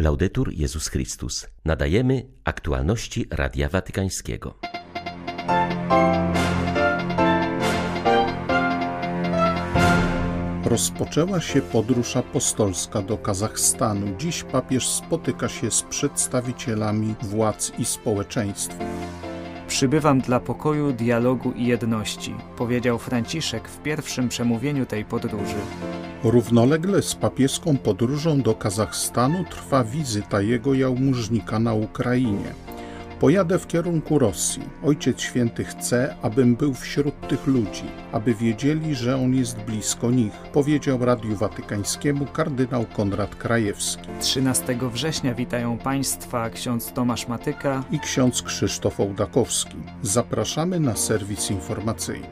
Laudetur Jezus Chrystus. Nadajemy aktualności Radia Watykańskiego. Rozpoczęła się podróż apostolska do Kazachstanu. Dziś papież spotyka się z przedstawicielami władz i społeczeństwa. Przybywam dla pokoju, dialogu i jedności, powiedział Franciszek w pierwszym przemówieniu tej podróży. Równolegle z papieską podróżą do Kazachstanu trwa wizyta jego jałmużnika na Ukrainie. Pojadę w kierunku Rosji. Ojciec Święty chce, abym był wśród tych ludzi, aby wiedzieli, że on jest blisko nich, powiedział Radiu Watykańskiemu kardynał Konrad Krajewski. 13 września witają Państwa ksiądz Tomasz Matyka i ksiądz Krzysztof Ołdakowski. Zapraszamy na serwis informacyjny.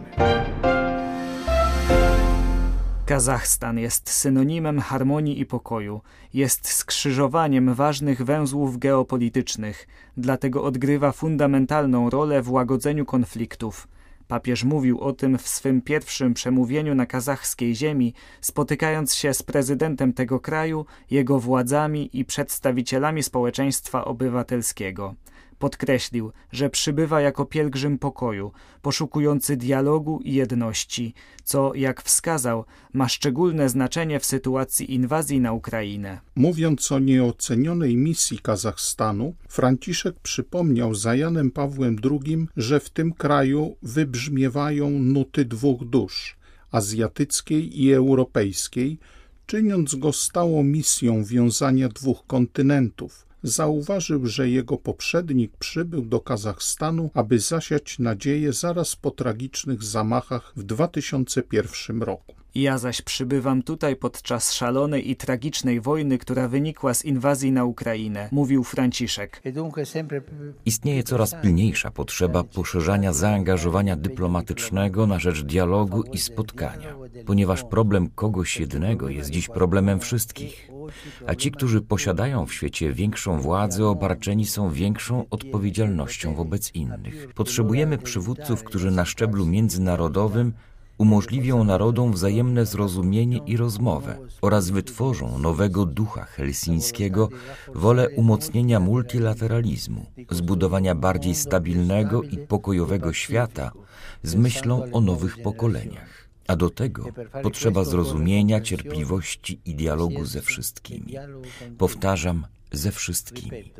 Kazachstan jest synonimem harmonii i pokoju, jest skrzyżowaniem ważnych węzłów geopolitycznych, dlatego odgrywa fundamentalną rolę w łagodzeniu konfliktów. Papież mówił o tym w swym pierwszym przemówieniu na kazachskiej ziemi, spotykając się z prezydentem tego kraju, jego władzami i przedstawicielami społeczeństwa obywatelskiego. Podkreślił, że przybywa jako pielgrzym pokoju, poszukujący dialogu i jedności, co, jak wskazał, ma szczególne znaczenie w sytuacji inwazji na Ukrainę. Mówiąc o nieocenionej misji Kazachstanu, Franciszek przypomniał za Janem Pawłem II, że w tym kraju wybrzmiewają nuty dwóch dusz, azjatyckiej i europejskiej, czyniąc go stałą misją wiązania dwóch kontynentów. Zauważył, że jego poprzednik przybył do Kazachstanu, aby zasiać nadzieję zaraz po tragicznych zamachach w 2001 roku. Ja zaś przybywam tutaj podczas szalonej i tragicznej wojny, która wynikła z inwazji na Ukrainę, mówił Franciszek. Istnieje coraz pilniejsza potrzeba poszerzania zaangażowania dyplomatycznego na rzecz dialogu i spotkania, ponieważ problem kogoś jednego jest dziś problemem wszystkich, a ci, którzy posiadają w świecie większą władzę, obarczeni są większą odpowiedzialnością wobec innych. Potrzebujemy przywódców, którzy na szczeblu międzynarodowym umożliwią narodom wzajemne zrozumienie i rozmowę oraz wytworzą nowego ducha helsińskiego, wolę umocnienia multilateralizmu, zbudowania bardziej stabilnego i pokojowego świata z myślą o nowych pokoleniach. A do tego potrzeba zrozumienia, cierpliwości i dialogu ze wszystkimi. Powtarzam, ze wszystkimi.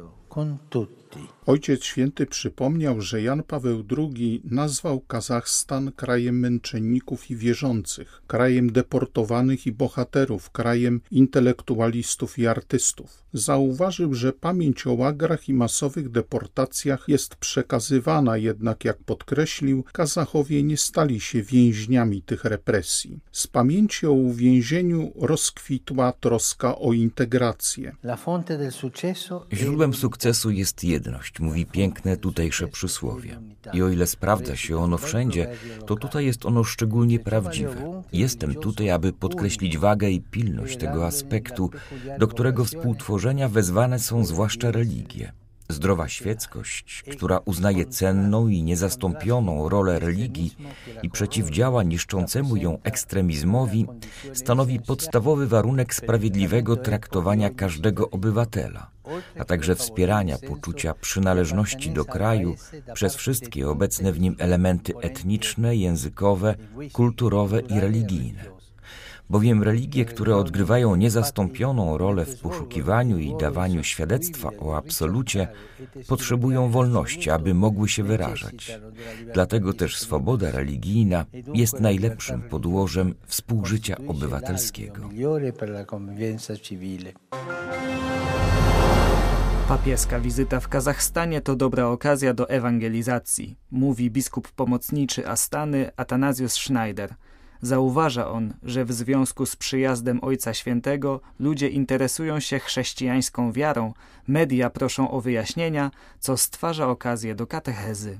Ojciec Święty przypomniał, że Jan Paweł II nazwał Kazachstan krajem męczenników i wierzących, krajem deportowanych i bohaterów, krajem intelektualistów i artystów. Zauważył, że pamięć o łagrach i masowych deportacjach jest przekazywana, jednak jak podkreślił, Kazachowie nie stali się więźniami tych represji. Z pamięci o uwięzieniu rozkwitła troska o integrację. Źródłem sukcesu jest jedność, mówi piękne tutejsze przysłowie. I o ile sprawdza się ono wszędzie, to tutaj jest ono szczególnie prawdziwe. Jestem tutaj, aby podkreślić wagę i pilność tego aspektu, do którego współtworzenia wezwane są zwłaszcza religie. Zdrowa świeckość, która uznaje cenną i niezastąpioną rolę religii i przeciwdziała niszczącemu ją ekstremizmowi, stanowi podstawowy warunek sprawiedliwego traktowania każdego obywatela, a także wspierania poczucia przynależności do kraju przez wszystkie obecne w nim elementy etniczne, językowe, kulturowe i religijne. Bowiem religie, które odgrywają niezastąpioną rolę w poszukiwaniu i dawaniu świadectwa o absolucie, potrzebują wolności, aby mogły się wyrażać. Dlatego też swoboda religijna jest najlepszym podłożem współżycia obywatelskiego. Papieska wizyta w Kazachstanie to dobra okazja do ewangelizacji, mówi biskup pomocniczy Astany Athanasius Schneider. Zauważa on, że w związku z przyjazdem Ojca Świętego ludzie interesują się chrześcijańską wiarą, media proszą o wyjaśnienia, co stwarza okazję do katechezy.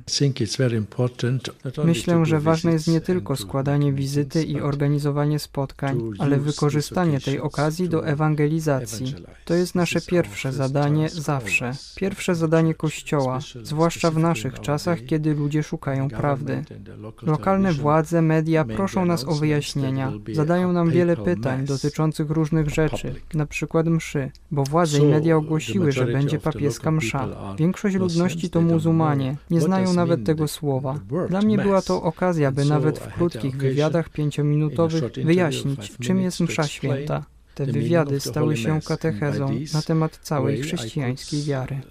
Myślę, że ważne jest nie tylko składanie wizyty i organizowanie spotkań, ale wykorzystanie tej okazji do ewangelizacji. To jest nasze pierwsze zadanie zawsze. Pierwsze zadanie Kościoła, zwłaszcza w naszych czasach, kiedy ludzie szukają prawdy. Lokalne władze, media proszą nas o wyjaśnienia. Zadają nam wiele pytań dotyczących różnych rzeczy, na przykład mszy, bo władze i media ogłosiły, że będzie papieska msza. Większość ludności to muzułmanie, nie znają nawet tego słowa. Dla mnie była to okazja, by nawet w krótkich wywiadach 5-minutowych wyjaśnić, czym jest msza święta. Te wywiady stały się katechezą na temat całej chrześcijańskiej wiary.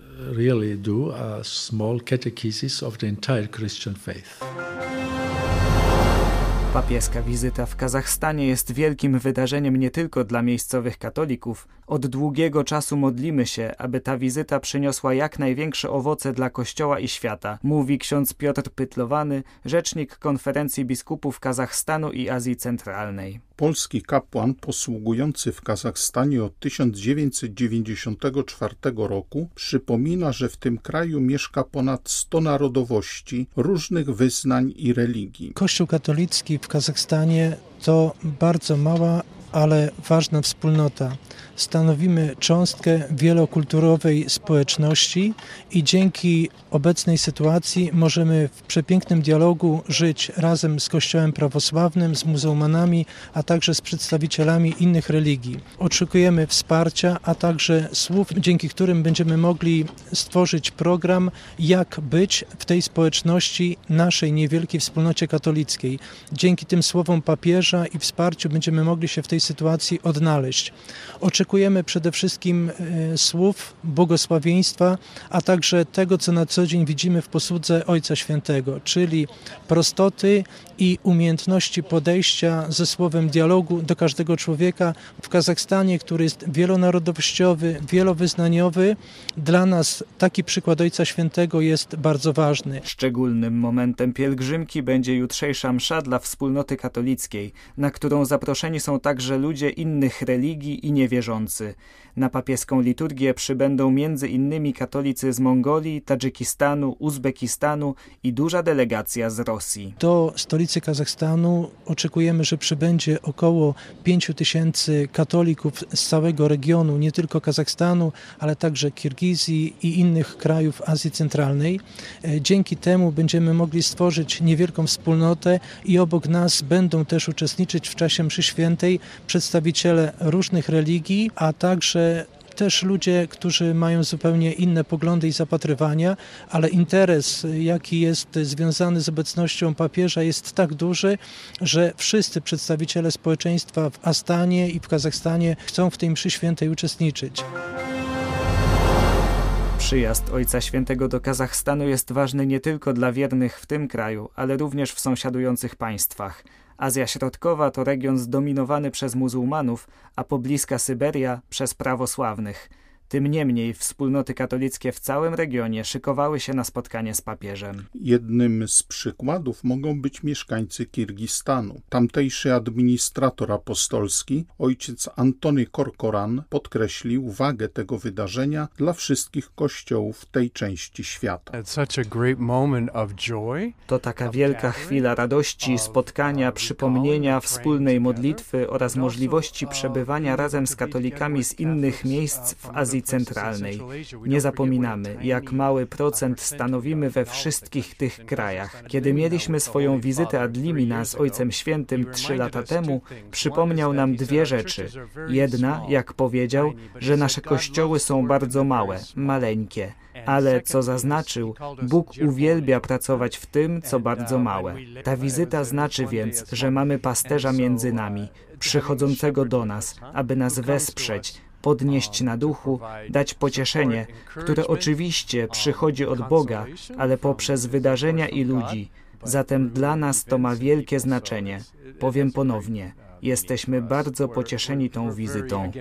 Papieska wizyta w Kazachstanie jest wielkim wydarzeniem nie tylko dla miejscowych katolików. Od długiego czasu modlimy się, aby ta wizyta przyniosła jak największe owoce dla Kościoła i świata, mówi ksiądz Piotr Pytlowany, rzecznik Konferencji Biskupów Kazachstanu i Azji Centralnej. Polski kapłan posługujący w Kazachstanie od 1994 roku przypomina, że w tym kraju mieszka ponad 100 narodowości, różnych wyznań i religii. Kościół katolicki w Kazachstanie to bardzo mała, ale ważna wspólnota. Stanowimy cząstkę wielokulturowej społeczności i dzięki obecnej sytuacji możemy w przepięknym dialogu żyć razem z Kościołem prawosławnym, z muzułmanami, a także z przedstawicielami innych religii. Oczekujemy wsparcia, a także słów, dzięki którym będziemy mogli stworzyć program, jak być w tej społeczności, naszej niewielkiej wspólnocie katolickiej. Dzięki tym słowom papieża i wsparciu będziemy mogli się w tej sytuacji odnaleźć. Oczekujemy przede wszystkim słów błogosławieństwa, a także tego, co na co dzień widzimy w posłudze Ojca Świętego, czyli prostoty i umiejętności podejścia ze słowem dialogu do każdego człowieka w Kazachstanie, który jest wielonarodowościowy, wielowyznaniowy. Dla nas taki przykład Ojca Świętego jest bardzo ważny. Szczególnym momentem pielgrzymki będzie jutrzejsza msza dla wspólnoty katolickiej, na którą zaproszeni są także ludzie innych religii i niewierzący. Na papieską liturgię przybędą między innymi katolicy z Mongolii, Tadżykistanu, Uzbekistanu i duża delegacja z Rosji. Do stolicy Kazachstanu oczekujemy, że przybędzie około 5000 katolików z całego regionu, nie tylko Kazachstanu, ale także Kirgizji i innych krajów Azji Centralnej. Dzięki temu będziemy mogli stworzyć niewielką wspólnotę i obok nas będą też uczestniczyć w czasie mszy świętej przedstawiciele różnych religii, a także też ludzie, którzy mają zupełnie inne poglądy i zapatrywania, ale interes, jaki jest związany z obecnością papieża, jest tak duży, że wszyscy przedstawiciele społeczeństwa w Astanie i w Kazachstanie chcą w tej mszy świętej uczestniczyć. Przyjazd Ojca Świętego do Kazachstanu jest ważny nie tylko dla wiernych w tym kraju, ale również w sąsiadujących państwach. Azja Środkowa to region zdominowany przez muzułmanów, a pobliska Syberia przez prawosławnych. Tym niemniej wspólnoty katolickie w całym regionie szykowały się na spotkanie z papieżem. Jednym z przykładów mogą być mieszkańcy Kirgistanu. Tamtejszy administrator apostolski, ojciec Antony Korkoran, podkreślił wagę tego wydarzenia dla wszystkich kościołów tej części świata. To taka wielka chwila radości, spotkania, przypomnienia, wspólnej modlitwy oraz możliwości przebywania razem z katolikami z innych miejsc w Azji Centralnej. Nie zapominamy, jak mały procent stanowimy we wszystkich tych krajach. Kiedy mieliśmy swoją wizytę ad limina z Ojcem Świętym 3 lata temu, przypomniał nam dwie rzeczy. Jedna, jak powiedział, że nasze kościoły są bardzo małe, maleńkie. Ale, co zaznaczył, Bóg uwielbia pracować w tym, co bardzo małe. Ta wizyta znaczy więc, że mamy pasterza między nami, przychodzącego do nas, aby nas wesprzeć, podnieść na duchu, dać pocieszenie, które oczywiście przychodzi od Boga, ale poprzez wydarzenia i ludzi. Zatem dla nas to ma wielkie znaczenie. Powiem ponownie, jesteśmy bardzo pocieszeni tą wizytą.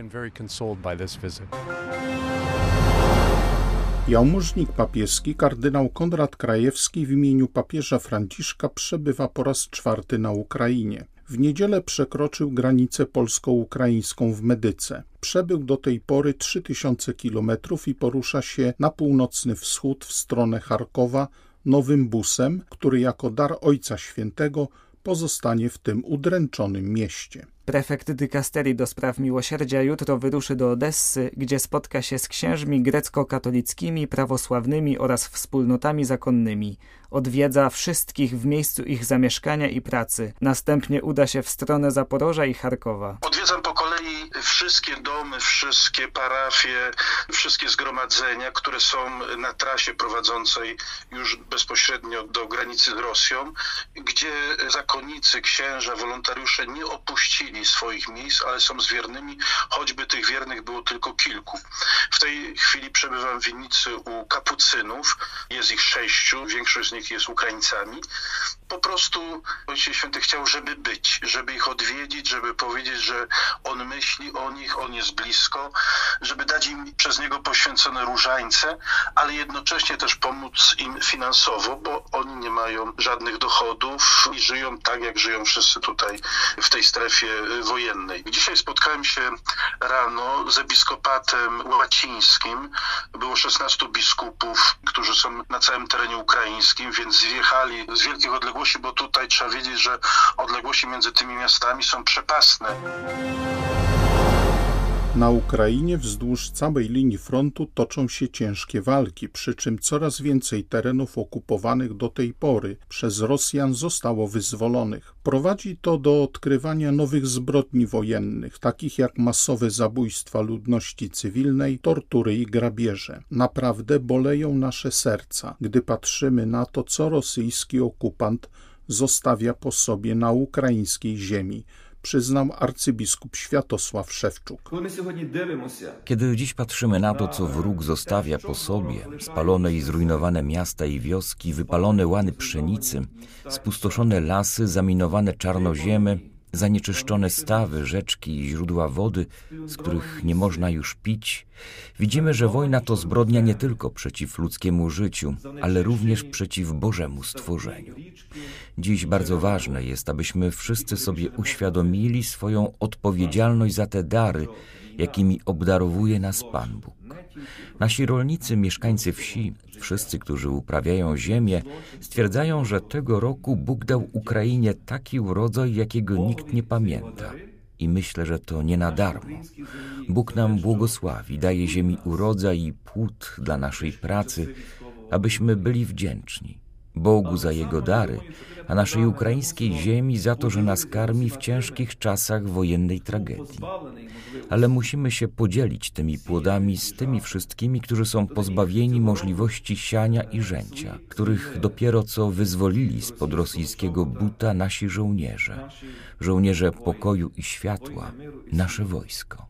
Jałmużnik papieski kardynał Konrad Krajewski w imieniu papieża Franciszka przebywa po raz 4 na Ukrainie. W niedzielę przekroczył granicę polsko-ukraińską w Medyce. Przebył do tej pory 3000 kilometrów i porusza się na północny wschód w stronę Charkowa nowym busem, który jako dar Ojca Świętego pozostanie w tym udręczonym mieście. Prefekt dykasterii do spraw miłosierdzia jutro wyruszy do Odessy, gdzie spotka się z księżmi grecko-katolickimi, prawosławnymi oraz wspólnotami zakonnymi. Odwiedza wszystkich w miejscu ich zamieszkania i pracy. Następnie uda się w stronę Zaporoża i Charkowa. Odwiedzam po kolei wszystkie domy, wszystkie parafie, wszystkie zgromadzenia, które są na trasie prowadzącej już bezpośrednio do granicy z Rosją, gdzie zakonnicy, księża, wolontariusze nie opuścili swoich miejsc, ale są z wiernymi, choćby tych wiernych było tylko kilku. W tej chwili przebywam w winnicy u kapucynów, jest ich 6, większość z nich jest Ukraińcami. Po prostu Ojciec Święty chciał, żeby być, żeby ich odwiedzić, żeby powiedzieć, że On myśli o nich, On jest blisko, żeby dać im przez Niego poświęcone różańce, ale jednocześnie też pomóc im finansowo, bo oni nie mają żadnych dochodów i żyją tak, jak żyją wszyscy tutaj w tej strefie wojennej. Dzisiaj spotkałem się rano z episkopatem łacińskim. Było 16 biskupów, którzy są na całym terenie ukraińskim, więc zjechali z wielkich odległości, bo tutaj trzeba wiedzieć, że odległości między tymi miastami są przepastne. Na Ukrainie wzdłuż całej linii frontu toczą się ciężkie walki, przy czym coraz więcej terenów okupowanych do tej pory przez Rosjan zostało wyzwolonych. Prowadzi to do odkrywania nowych zbrodni wojennych, takich jak masowe zabójstwa ludności cywilnej, tortury i grabieże. Naprawdę boleją nasze serca, gdy patrzymy na to, co rosyjski okupant zostawia po sobie na ukraińskiej ziemi, przyznał arcybiskup Światosław Szewczuk. Kiedy dziś patrzymy na to, co wróg zostawia po sobie, spalone i zrujnowane miasta i wioski, wypalone łany pszenicy, spustoszone lasy, zaminowane czarnoziemy, zanieczyszczone stawy, rzeczki i źródła wody, z których nie można już pić, widzimy, że wojna to zbrodnia nie tylko przeciw ludzkiemu życiu, ale również przeciw Bożemu stworzeniu. Dziś bardzo ważne jest, abyśmy wszyscy sobie uświadomili swoją odpowiedzialność za te dary, jakimi obdarowuje nas Pan Bóg. Nasi rolnicy, mieszkańcy wsi, wszyscy, którzy uprawiają ziemię, stwierdzają, że tego roku Bóg dał Ukrainie taki urodzaj, jakiego nikt nie pamięta. I myślę, że to nie na darmo. Bóg nam błogosławi, daje ziemi urodzaj i płód dla naszej pracy, abyśmy byli wdzięczni Bogu za Jego dary, a naszej ukraińskiej ziemi za to, że nas karmi w ciężkich czasach wojennej tragedii. Ale musimy się podzielić tymi płodami z tymi wszystkimi, którzy są pozbawieni możliwości siania i żęcia, których dopiero co wyzwolili spod rosyjskiego buta nasi żołnierze. Żołnierze pokoju i światła, nasze wojsko.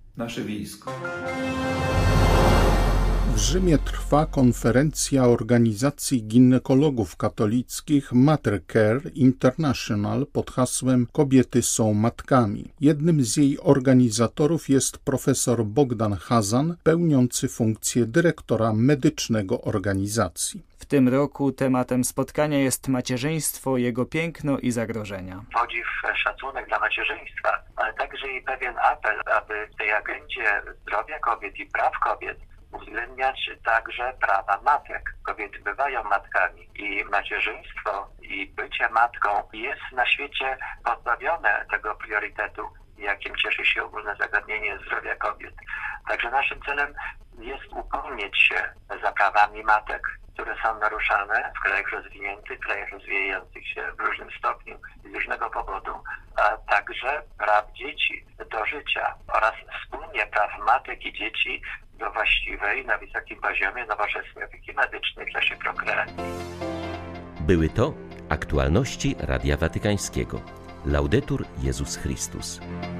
W Rzymie trwa konferencja organizacji ginekologów katolickich Mater Care International pod hasłem Kobiety są matkami. Jednym z jej organizatorów jest profesor Bogdan Hazan, pełniący funkcję dyrektora medycznego organizacji. W tym roku tematem spotkania jest macierzyństwo, jego piękno i zagrożenia. Podziw, szacunek dla macierzyństwa, ale także i pewien apel, aby w tej agendzie zdrowia kobiet i praw kobiet uwzględniać także prawa matek. Kobiety bywają matkami i macierzyństwo i bycie matką jest na świecie pozbawione tego priorytetu, jakim cieszy się ogólne zagadnienie zdrowia kobiet. Także naszym celem jest upomnieć się za prawami matek, które są naruszane w krajach rozwiniętych, krajach rozwijających się w różnym stopniu i z różnego powodu, a także praw dzieci do życia oraz wspólnie praw matek i dzieci do właściwej, na wysokim poziomie nowoczesnej opieki medycznej w czasie prokreacji. Były to aktualności Radia Watykańskiego. Laudetur Jezus Chrystus.